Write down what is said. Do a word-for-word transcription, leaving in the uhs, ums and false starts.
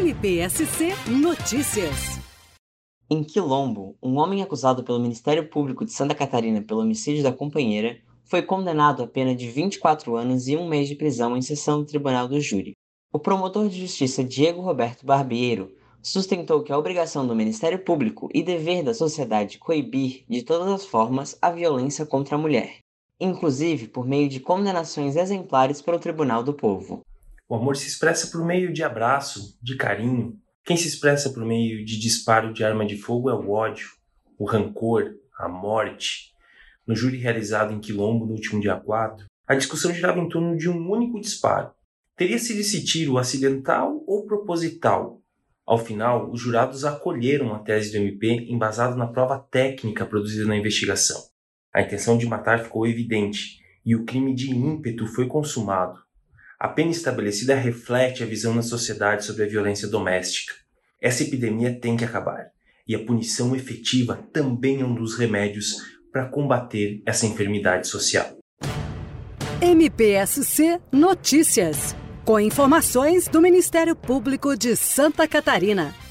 M P S C Notícias. Em Quilombo, um homem acusado pelo Ministério Público de Santa Catarina pelo homicídio da companheira foi condenado a pena de vinte e quatro anos e um mês de prisão em sessão do Tribunal do Júri. O promotor de justiça Diego Roberto Barbeiro sustentou que a obrigação do Ministério Público e dever da sociedade coibir, de todas as formas, a violência contra a mulher, inclusive por meio de condenações exemplares pelo Tribunal do Povo. O amor se expressa por meio de abraço, de carinho. Quem se expressa por meio de disparo de arma de fogo é o ódio, o rancor, a morte. No júri realizado em Quilombo no último dia quatro, a discussão girava em torno de um único disparo. Teria sido esse tiro acidental ou proposital? Ao final, os jurados acolheram a tese do M P embasado na prova técnica produzida na investigação. A intenção de matar ficou evidente e o crime de ímpeto foi consumado. A pena estabelecida reflete a visão na sociedade sobre a violência doméstica. Essa epidemia tem que acabar, e a punição efetiva também é um dos remédios para combater essa enfermidade social. M P S C Notícias, com informações do Ministério Público de Santa Catarina.